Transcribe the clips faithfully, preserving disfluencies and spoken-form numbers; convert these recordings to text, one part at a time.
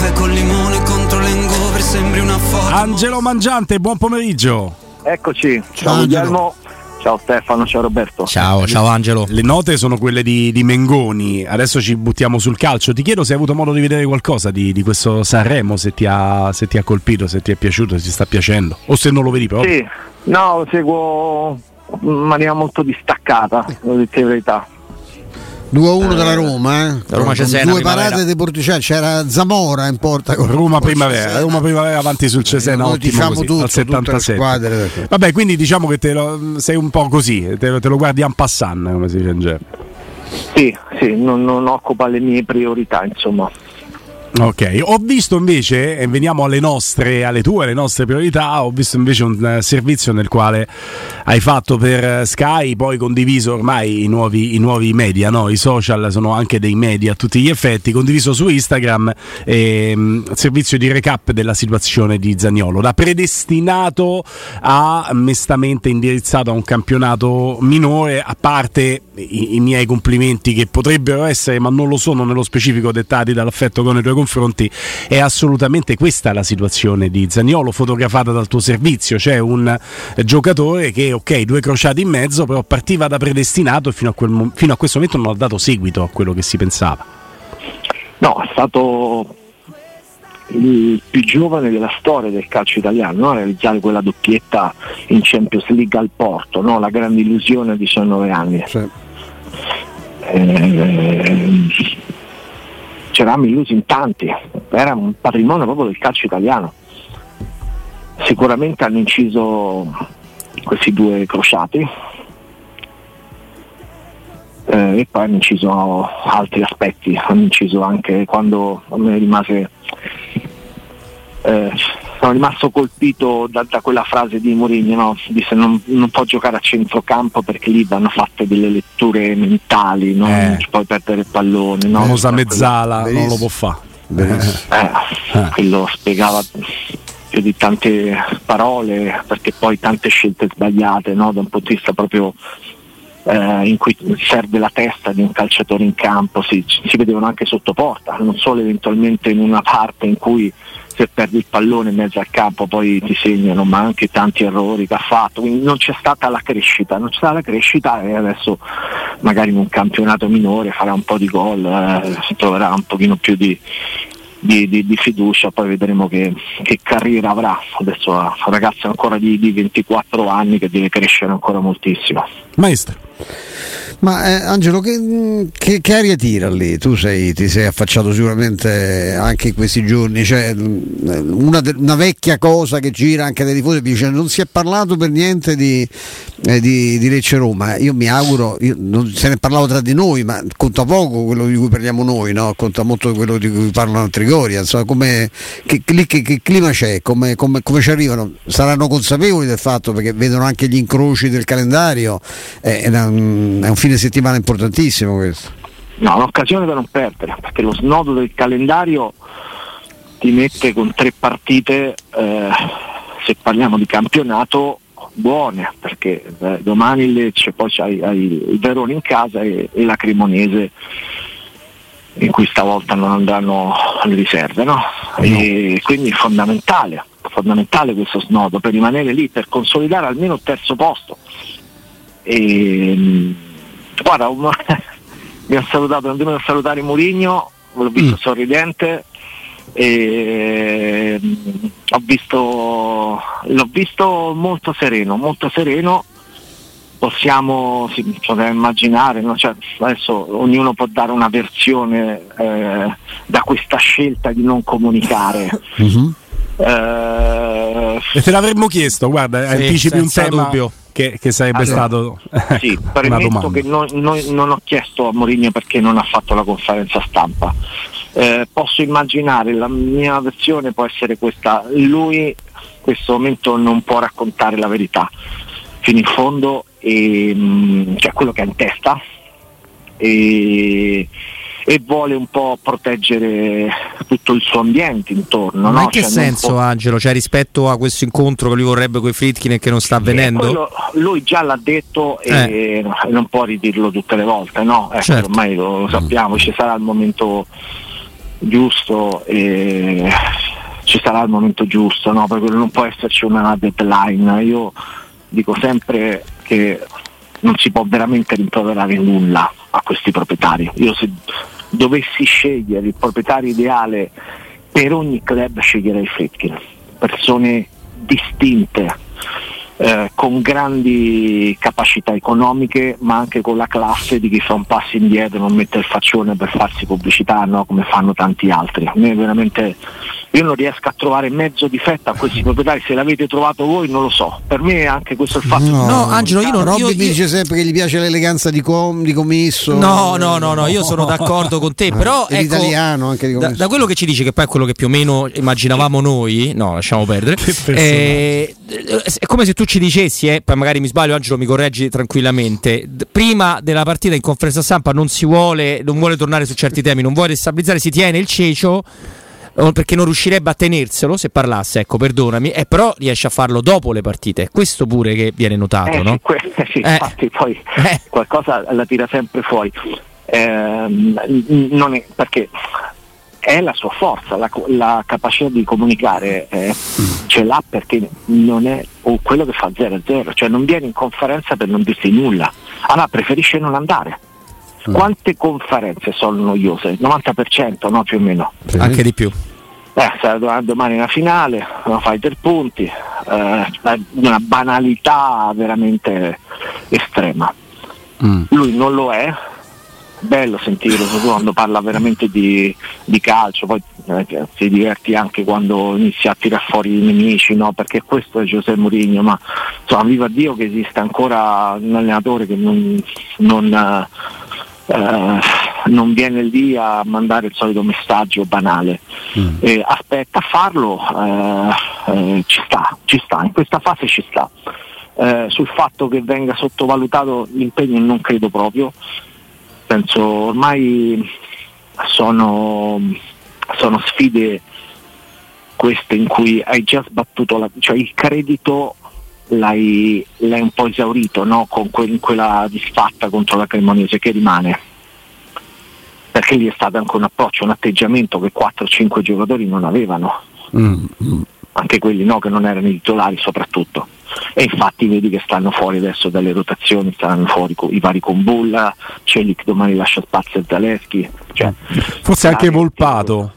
caffè col limone contro l'hangover, sembri una foto. Angelo Mangiante, buon pomeriggio. Eccoci, ciao, ciao Guglielmo. Ciao Stefano, ciao Roberto. Ciao, ciao Angelo. Le note sono quelle di, di Mengoni. Adesso ci buttiamo sul calcio. Ti chiedo se hai avuto modo di vedere qualcosa di, di questo Sanremo, se ti, ha, se ti ha colpito, se ti è piaciuto, se ti sta piacendo, o se non lo vedi proprio. Sì, no, lo seguo in maniera molto distaccata, devo dire la verità. due a uno dalla Roma, eh? La Roma c'è Cesena, due parate dei porticelli, c'era Zamora in porta con Roma Primavera, Roma Primavera avanti sul Cesena, eh, ottimo diciamo così, tutto, al settantasette. Vabbè, quindi diciamo che te lo, sei un po' così, te, te lo guardi en passant, come si dice in genere. Sì, sì, non, non occupa le mie priorità, insomma. Ok, ho visto invece, e veniamo alle nostre, alle tue, alle nostre priorità, ho visto invece un uh, servizio nel quale hai fatto per Sky, poi condiviso ormai i nuovi, i nuovi media, no? I social sono anche dei media a tutti gli effetti, condiviso su Instagram, ehm, servizio di recap della situazione di Zaniolo, da predestinato a mestamente indirizzato a un campionato minore, a parte i, i miei complimenti che potrebbero essere, ma non lo sono nello specifico, dettati dall'affetto con i tuoi confronti. È assolutamente questa la situazione di Zaniolo fotografata dal tuo servizio. C'è un giocatore che, ok, due crociati in mezzo, però partiva da predestinato e fino a, quel, fino a questo momento non ha dato seguito a quello che si pensava. No, è stato il più giovane della storia del calcio italiano, no? A realizzare quella doppietta in Champions League al Porto, no? La grande illusione a diciannove anni. Sì. Eh, ci eravamo illusi in tanti, era un patrimonio proprio del calcio italiano. Sicuramente hanno inciso questi due crociati eh, e poi hanno inciso altri aspetti, hanno inciso anche quando a me rimase eh, sono rimasto colpito da, da quella frase di Mourinho, no? Disse non, non può giocare a centrocampo perché lì vanno fatte delle letture mentali, non eh. ci puoi perdere il pallone, no? Famosa mezzala, quello, non lo può fare. Eh, eh, quello spiegava più di tante parole, perché poi tante scelte sbagliate, no? Da un punto di vista proprio eh, in cui serve la testa di un calciatore in campo, si, si vedevano anche sotto porta, non solo eventualmente in una parte in cui se perdi il pallone in mezzo al campo poi ti segnano, ma anche tanti errori che ha fatto, quindi non c'è stata la crescita, non c'è stata la crescita e adesso magari in un campionato minore farà un po' di gol, eh, si troverà un pochino più di, di, di, di fiducia, poi vedremo che, che carriera avrà. Adesso è un ragazzo ancora di, di ventiquattro anni che deve crescere ancora moltissimo. Maestro. Ma eh, Angelo, che, che, che aria tira lì? Tu sei, ti sei affacciato sicuramente anche in questi giorni, cioè, una, una vecchia cosa che gira anche dai tifosi, dice non si è parlato per niente di, eh, di, di Lecce Roma. Io mi auguro, io, non se ne parlavo tra di noi, ma conta poco quello di cui parliamo noi, no? Conta molto quello di cui parlano a Trigoria, insomma, come, che, che, che, che clima c'è, come, come, come ci arrivano? Saranno consapevoli del fatto, perché vedono anche gli incroci del calendario, eh, è, un, è un fine settimana importantissimo questo. No, un'occasione da non perdere, perché lo snodo del calendario ti mette con tre partite, eh, se parliamo di campionato, buone, perché eh, domani il Lecce, poi c'hai hai il Verona in casa e, e la Cremonese, in cui stavolta non andranno alle riserve, no? E quindi è fondamentale, fondamentale questo snodo per rimanere lì, per consolidare almeno il terzo posto. E, guarda, un, mi ha salutato, non devo salutare Mourinho, l'ho visto mm. sorridente e ho visto l'ho visto molto sereno, molto sereno. Possiamo sì, potrei immaginare, no? Cioè, adesso ognuno può dare una versione eh, da questa scelta di non comunicare. Mm-hmm. Eh, e te l'avremmo chiesto, guarda, sì, anticipi un tema dubbio. Che, che sarebbe allora, stato sì, premetto che non, non, non ho chiesto a Mourinho perché non ha fatto la conferenza stampa. Eh, posso immaginare, la mia versione può essere questa: lui in questo momento non può raccontare la verità fino in fondo, e, cioè quello che ha in testa, e, e vuole un po' proteggere tutto il suo ambiente intorno. Ma no? in che cioè, senso, può... Angelo? Cioè, rispetto a questo incontro che lui vorrebbe con i Friedkin e che non sta avvenendo? Quello, lui già l'ha detto e eh. non può ridirlo tutte le volte, no? Ecco, certo. Ormai lo, lo sappiamo, ci sarà il momento giusto e ci sarà il momento giusto, no? Perché non può esserci una deadline. Io dico sempre che non si può veramente rimproverare nulla a questi proprietari. Io se dovessi scegliere il proprietario ideale per ogni club sceglierei Friedkin, persone distinte, eh, con grandi capacità economiche, ma anche con la classe di chi fa un passo indietro, non mette il faccione per farsi pubblicità, no? Come fanno tanti altri. A me veramente, io non riesco a trovare mezzo difetto a questi proprietari. Se l'avete trovato voi non lo so, per me anche questo è il fatto. No, no Angelo, io non Robby io, mi io... dice sempre che gli piace l'eleganza di, com, di commisso. No, no, no, no, io sono d'accordo con te, però è ecco, l'italiano anche di commisso. Da, da quello che ci dice, che poi è quello che più o meno immaginavamo noi, no, lasciamo perdere. Eh, è come se tu ci dicessi, eh, poi magari mi sbaglio, Angelo, mi correggi tranquillamente. D- prima della partita in conferenza stampa non si vuole, non vuole tornare su certi temi, non vuole stabilizzare, si tiene il cecio perché non riuscirebbe a tenerselo se parlasse, ecco, perdonami, eh, però riesce a farlo dopo le partite, è questo pure che viene notato, eh, no? Sì, que- sì, eh. infatti poi eh. qualcosa la tira sempre fuori, eh, non è, perché è la sua forza, la, la capacità di comunicare, eh, ce l'ha, perché non è o quello che fa zero a zero, cioè non viene in conferenza per non dirti nulla, allora preferisce non andare. Quante conferenze sono noiose? Il novanta per cento, no, più o meno. Sì. Anche di più. Eh, sarà domani una finale, una fighter punti, eh, una banalità veramente estrema. Mm. Lui non lo è, bello sentirlo, soprattutto quando parla veramente di, di calcio, poi eh, si diverti anche quando inizia a tirar fuori i nemici, no? Perché questo è José Mourinho, ma insomma, viva Dio che esista ancora un allenatore che non... non Uh, non viene lì a mandare il solito messaggio banale, mm. eh, aspetta a farlo, uh, uh, ci sta, ci sta, in questa fase ci sta. Uh, sul fatto che venga sottovalutato l'impegno non credo proprio, penso ormai sono, sono sfide queste in cui hai già sbattuto la, cioè il credito L'hai, l'hai un po' esaurito, no? Con que- in quella disfatta contro la Cremonese, che rimane, perché lì è stato anche un approccio, un atteggiamento che quattro cinque giocatori non avevano, mm. anche quelli, no, che non erano i titolari soprattutto, e infatti vedi che stanno fuori adesso dalle rotazioni, stanno fuori co- i vari con Bulla, Celic domani lascia spazio a Zaleschi, cioè, forse anche Volpato,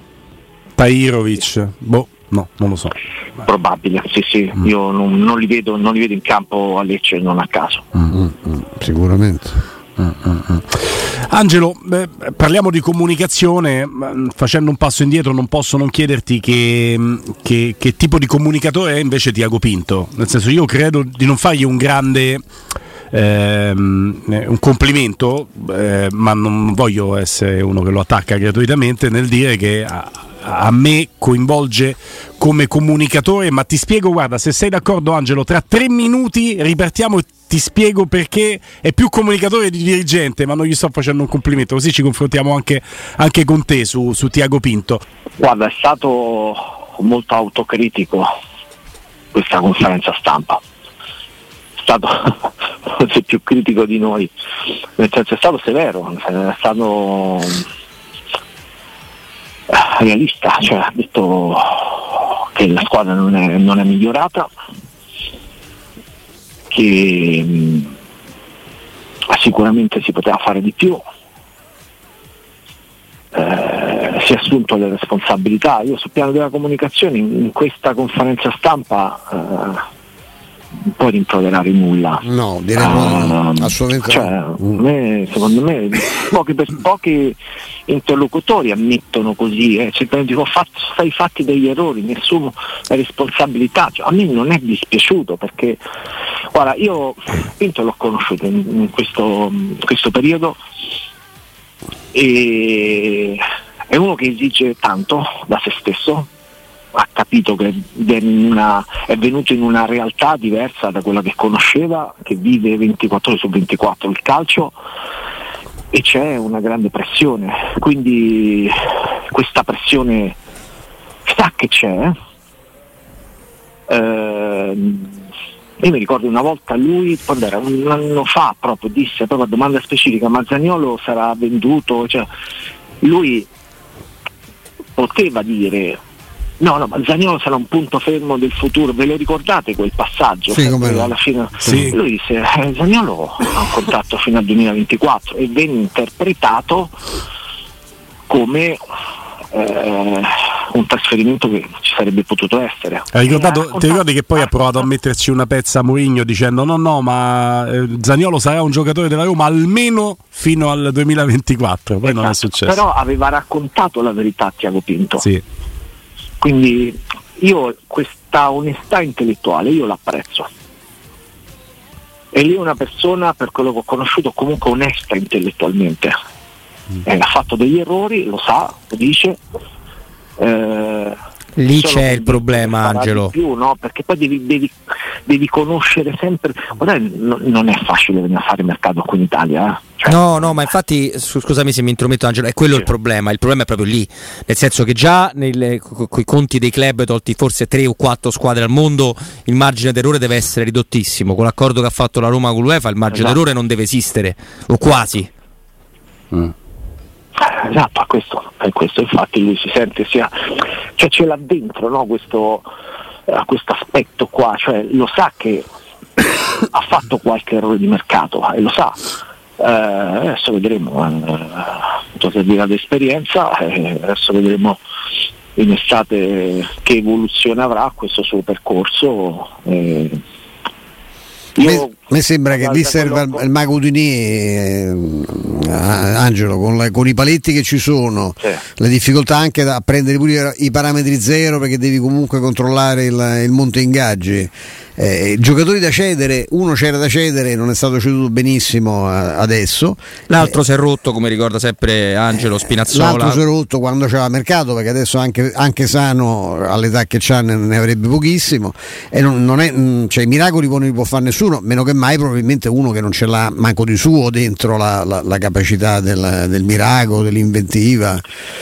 Tahirovic, boh. No, non lo so. Probabile, sì, sì. Mm. Io non, non li vedo, non li vedo in campo a Lecce, non a caso. Mm, mm, sicuramente. Mm, mm, mm. Angelo, eh, parliamo di comunicazione. Facendo un passo indietro, non posso non chiederti che, che, che tipo di comunicatore è invece Tiago Pinto. Nel senso, io credo di non fargli un grande ehm, un complimento, eh, ma non voglio essere uno che lo attacca gratuitamente nel dire che a, a me coinvolge come comunicatore, ma ti spiego, guarda, se sei d'accordo Angelo, tra tre minuti ripartiamo e ti spiego perché è più comunicatore di dirigente, ma non gli sto facendo un complimento, così ci confrontiamo anche, anche con te su, su Tiago Pinto. Guarda, è stato molto autocritico questa conferenza stampa, è stato forse più critico di noi, nel senso è stato severo, è stato realista, cioè ha detto che la squadra non è, non è migliorata, che mh, sicuramente si poteva fare di più, eh, si è assunto le responsabilità. Io sul piano della comunicazione in, in questa conferenza stampa eh, non puoi rimproverare nulla. No, diremmo uh, assolutamente cioè, no. me, secondo me pochi, per, pochi interlocutori ammettono così, eh, cioè, dico, stai fatti degli errori, nessuno ha responsabilità, cioè, a me non è dispiaciuto perché guarda, io Pinto l'ho conosciuto in, in, questo, in questo periodo e è uno che esige tanto da se stesso, ha capito che è, in una, è venuto in una realtà diversa da quella che conosceva, che vive ventiquattro ore su ventiquattro il calcio, e c'è una grande pressione, quindi questa pressione sa che c'è. Eh, io mi ricordo una volta lui, quando era un anno fa proprio, disse proprio a domanda specifica: ma Zaniolo sarà venduto? Cioè, lui poteva dire no no ma Zaniolo sarà un punto fermo del futuro, ve lo ricordate quel passaggio? Sì, come no. Alla fine sì. Lui disse eh, Zaniolo ha un contratto fino al duemilaventiquattro e venne interpretato come eh, un trasferimento che ci sarebbe potuto essere. Hai ricordato, ti ricordi che poi ha provato a metterci una pezza a Mourinho dicendo no no ma eh, Zaniolo sarà un giocatore della Roma almeno fino al duemilaventiquattro, poi esatto. Non è successo. Però aveva raccontato la verità a Tiago Pinto. Sì. Quindi io questa onestà intellettuale io l'apprezzo. E lì è una persona, per quello che ho conosciuto, comunque onesta intellettualmente. Mm. Eh, ha fatto degli errori, lo sa, lo dice. Eh, Lì c'è il problema, Angelo. Più, no? Perché poi devi, devi, devi conoscere sempre. Guarda, no, non è facile venire a fare mercato qui in Italia. Eh? Cioè, no, no, ma infatti, scusami se mi intrometto, Angelo, è quello sì. Il problema. Il problema è proprio lì. Nel senso che già nei co- conti dei club, tolti forse tre o quattro squadre al mondo, il margine d'errore deve essere ridottissimo. Con l'accordo che ha fatto la Roma con l'UEFA, il margine esatto. d'errore non deve esistere, o quasi. Mm. Esatto, questo, è questo, infatti lui si sente sia, cioè ce l'ha dentro, no? Questo, eh, questo aspetto qua, cioè lo sa che ha fatto qualche errore di mercato e lo sa, eh, adesso vedremo, eh, servirà d'esperienza, eh, adesso vedremo in estate che evoluzione avrà questo suo percorso. Eh, A me sembra che lì serva il, il mago Udinì, eh, Angelo, con, la, con i paletti che ci sono, sì. Le difficoltà anche a prendere pure i parametri zero perché devi comunque controllare il, il monte ingaggi. Eh, giocatori da cedere, uno c'era da cedere, non è stato ceduto benissimo adesso. L'altro eh, si è rotto, come ricorda sempre Angelo Spinazzola. L'altro si è rotto quando c'era mercato, perché adesso anche, anche sano all'età che c'ha ne, ne avrebbe pochissimo. E non, non è, cioè, i miracoli non li può fare nessuno, meno che mai probabilmente uno che non ce l'ha manco di suo dentro la, la, la capacità del, del miracolo, dell'inventiva.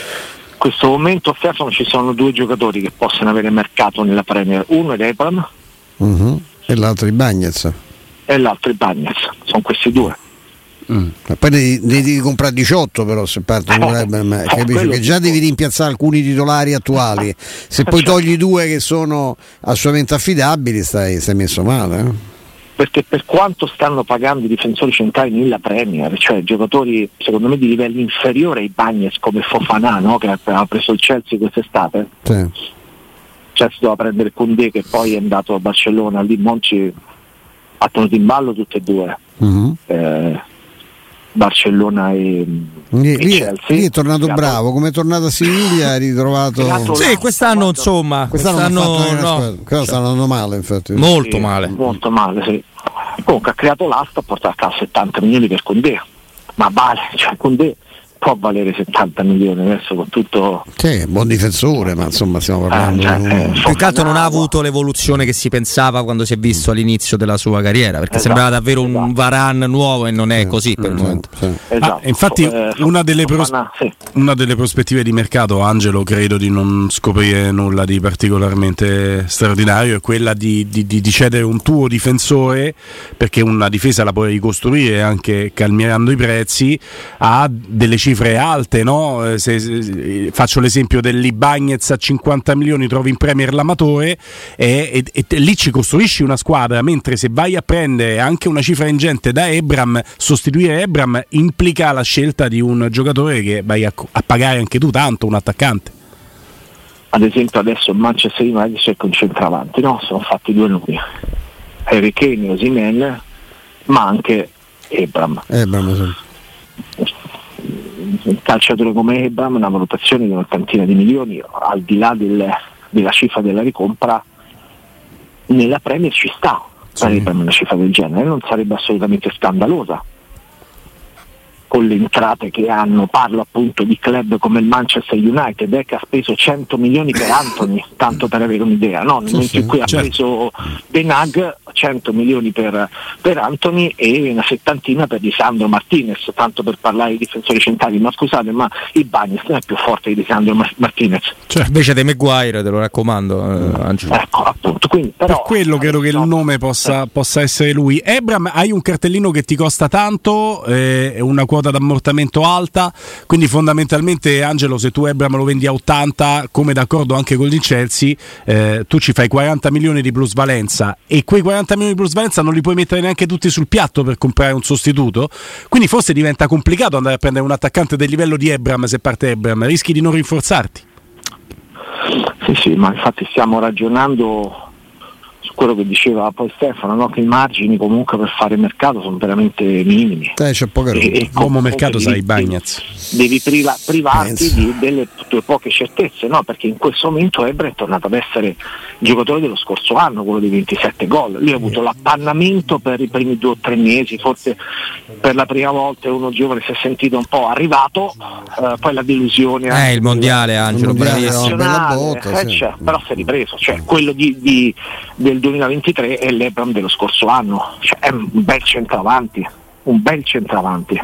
In questo momento Stefano ci sono due giocatori che possono avere mercato nella Premier, uno è Abraham uh-huh. e l'altro è Bagnez e l'altro è Bagnez, sono questi due. Mm. Ma poi ne devi comprare diciotto, però se parte eh, eh, capisci che già devi rimpiazzare alcuni titolari attuali, se poi togli due che sono assolutamente affidabili stai, stai messo male, eh? Perché per quanto stanno pagando i difensori centrali nella Premier, cioè giocatori secondo me di livelli inferiori ai Bagnez come Fofana, no? Che ha preso il Chelsea quest'estate, sì. Cioè si doveva prendere Koundé che poi è andato a Barcellona, lì Monci ha tenuto in ballo tutte e due, uh-huh. eh, Barcellona e, lì, e lì, Chelsea. Lì è tornato creato, bravo, come è tornato a Siviglia, ha ritrovato. Sì, quest'anno insomma, quest'anno, quest'anno no. Quest'anno stanno andando male, infatti. Molto sì, male. Molto male, sì. Comunque ha creato l'asta, ha portato a casa settanta milioni per Koundé. Ma vale, cioè Koundé può valere settanta milioni adesso con tutto. Sì, buon difensore, ma insomma stiamo parlando. Eh, cioè, eh, più che altro non ha avuto l'evoluzione che si pensava quando si è visto all'inizio della sua carriera, perché esatto, sembrava davvero esatto. un Varane nuovo e non è così per il momento. Sì. Esatto. Ah, infatti eh, una, delle pros- sì. una delle prospettive di mercato, Angelo, credo di non scoprire nulla di particolarmente straordinario, è quella di, di, di cedere un tuo difensore, perché una difesa la puoi ricostruire anche calmierando i prezzi a delle cifre alte, no? Se, se, faccio l'esempio dell'Ibagnez a cinquanta milioni, trovi in Premier l'amatore e, e, e lì ci costruisci una squadra, mentre se vai a prendere anche una cifra ingente da Ebram, sostituire Ebram implica la scelta di un giocatore che vai a, a pagare anche tu tanto, un attaccante. Ad esempio adesso il Manchester United cerca un centravanti, no? Sono fatti due nomi, Harry Kane, Osimhen, ma anche Ebram. Ebram sì. Un calciatore come Ebram, una valutazione di un'ottantina di milioni, al di là del, della cifra della ricompra, nella Premier ci sta, sì. Sarebbe una cifra del genere, non sarebbe assolutamente scandalosa con le entrate che hanno. Parlo appunto di club come il Manchester United, eh, che ha speso cento milioni per Anthony, tanto per avere un'idea, no? Nel momento in cui ha preso Ben Hag cento milioni per, per Anthony e una settantina per Lisandro Martinez, tanto per parlare di difensori centrali, ma scusate, ma il Bagnez non è più forte di Lisandro Martinez. Cioè, invece De Maguire, te lo raccomando, eh, Angelo. Ecco, appunto, quindi, però, per quello credo che il nome possa, eh. possa essere lui. Ebram, hai un cartellino che ti costa tanto, eh, una quota d'ammortamento alta, quindi fondamentalmente, Angelo, se tu Ebram lo vendi a ottanta, come d'accordo anche con il Chelsea, eh, tu ci fai quaranta milioni di plusvalenza e quei quaranta milioni di plusvalenza non li puoi mettere neanche tutti sul piatto per comprare un sostituto, quindi forse diventa complicato andare a prendere un attaccante del livello di Ebram. Se parte Ebram rischi di non rinforzarti. Sì, sì, ma infatti stiamo ragionando su quello che diceva poi Stefano, no? Che i margini comunque per fare mercato sono veramente minimi. Eh, c'è poca roba. E, e l'uomo mercato sai Bagnez. Devi priva, privarti di, delle tue poche certezze, no? Perché in questo momento Ebra è tornato ad essere il giocatore dello scorso anno, quello dei ventisette gol. Lui ha avuto l'appannamento per i primi due o tre mesi, forse per la prima volta uno giovane si è sentito un po' arrivato, eh, poi la delusione. Eh, il mondiale, Angelo, bravissimo. Botta, eh, sì. Cioè, però si è ripreso, cioè quello di, di, del duemilaventitré è l'Ebram dello scorso anno, cioè è un bel centravanti, un bel centravanti.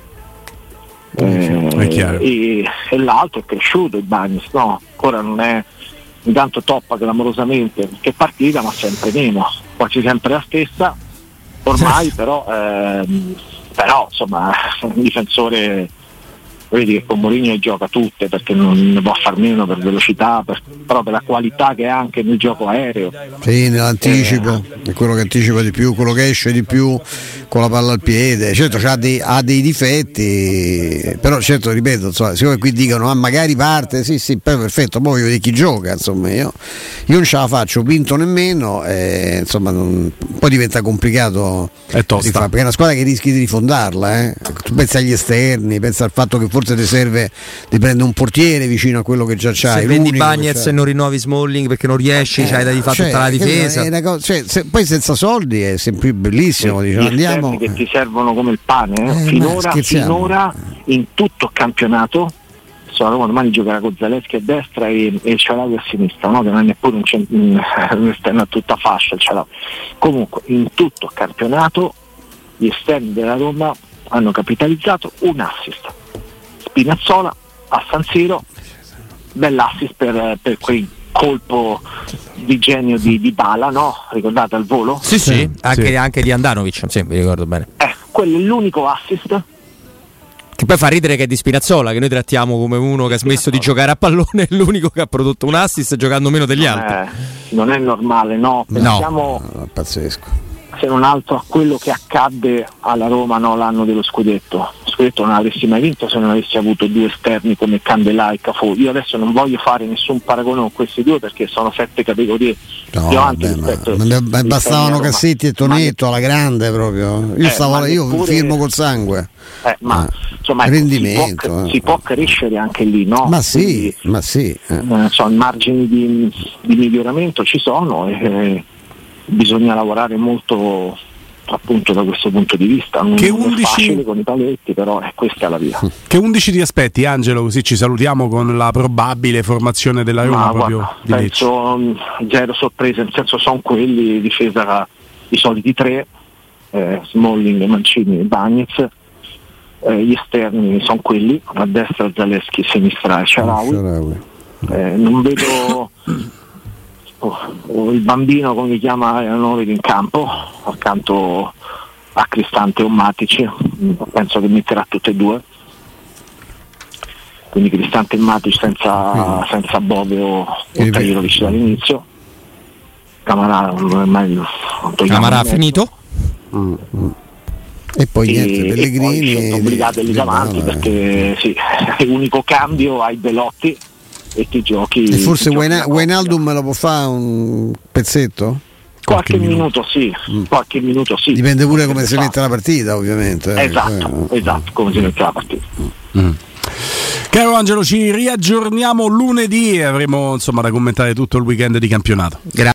Eh, e, e l'altro è cresciuto il Bagnez, no? Ora non è intanto toppa clamorosamente che partita, ma sempre meno, quasi sempre la stessa ormai, però ehm, però insomma un difensore, vedi che con Mourinho gioca tutte, perché non ne può far meno per velocità, per, però per la qualità che ha anche nel gioco aereo. Sì, nell'anticipo, eh. è quello che anticipa di più, quello che esce di più con la palla al piede. Certo ha dei, ha dei difetti, però certo ripeto, insomma, siccome qui dicono ah, magari parte, sì sì, perfetto, poi voglio vedere chi gioca, insomma io, io non ce la faccio, vinto nemmeno, eh, insomma non, poi diventa complicato, è tosta, perché è una squadra che rischi di rifondarla, eh. Tu pensi agli esterni, pensa al fatto che forse ti serve di prendere un portiere vicino a quello che già c'hai. Se vendi Bagnez e non rinnovi Smalling perché non riesci, eh, c'hai da di fatto cioè, tutta la difesa. È una cosa, cioè, se, poi senza soldi è sempre bellissimo, sì, diciamo, andiamo che ti servono come il pane, eh? Eh, finora, finora in tutto il campionato, so, Roma domani giocherà con Zaleschi a destra e, e il Cialavi a sinistra, no? Che non è neppure un, cent- un esterno a tutta fascia il Cialavi. Comunque in tutto il campionato gli esterni della Roma hanno capitalizzato un assist. Spinazzola a San Siro, bell'assist per, per quel colpo di genio di Dybala, no? Ricordate al volo? Sì, sì, sì. Anche, sì. anche di Andanovic, sì, mi ricordo bene. Eh, quello è l'unico assist. Che poi fa ridere che è di Spinazzola, che noi trattiamo come uno che ha smesso di giocare a pallone, è l'unico che ha prodotto un assist giocando meno degli non altri. È, non è normale, no? Pensiamo, no, pazzesco. Se non altro a quello che accadde alla Roma, no, l'anno dello scudetto. Lo scudetto non l'avresti mai vinto se non avessi avuto due esterni come Candelà e Cafu. Io adesso non voglio fare nessun paragone con questi due perché sono sette categorie no, più avanti beh, rispetto, ma, ma bastavano Cassetti e Tonetto alla grande proprio. Io, eh, stavo, io neppure, firmo col sangue. Eh, ma ah, insomma ecco, rendimento, si, può, eh. si può crescere anche lì, no? Ma sì, Quindi, ma sì. Eh. Eh, so, i margini di, di miglioramento ci sono e eh, bisogna lavorare molto appunto da questo punto di vista. Non che è undici... facile con i paletti, però è questa la via. Che undici ti aspetti, Angelo? Così ci salutiamo con la probabile formazione della Roma. Ma, proprio guarda, di penso um, zero sorprese, nel senso sono quelli, difesa i soliti tre, eh, Smalling, Mancini e Bagnez. Eh, gli esterni sono quelli, a destra Zaleschi, a sinistra Shaarawy. Eh, non vedo oh, il bambino, come si chiama, non lo vedo in campo accanto a Cristante o Matic, penso che metterà tutte e due, quindi Cristante e Matic senza, senza Bove o Tahirovic dall'inizio. Camarà Camarà ha finito? Mm, mm. E poi e, niente, Pellegrini e poi sono obbligate lì davanti no, perché sì, è l'unico cambio, hai Belotti e ti giochi e forse ti Wijna- giochi Wijnaldum me lo può fare un pezzetto? Qualche, qualche minuto, minuto sì mm. qualche minuto sì, dipende pure come si mette la partita ovviamente eh. esatto, eh. esatto come si mette la partita. mm. Caro Angelo, ci riaggiorniamo lunedì e avremo insomma da commentare tutto il weekend di campionato. Grazie.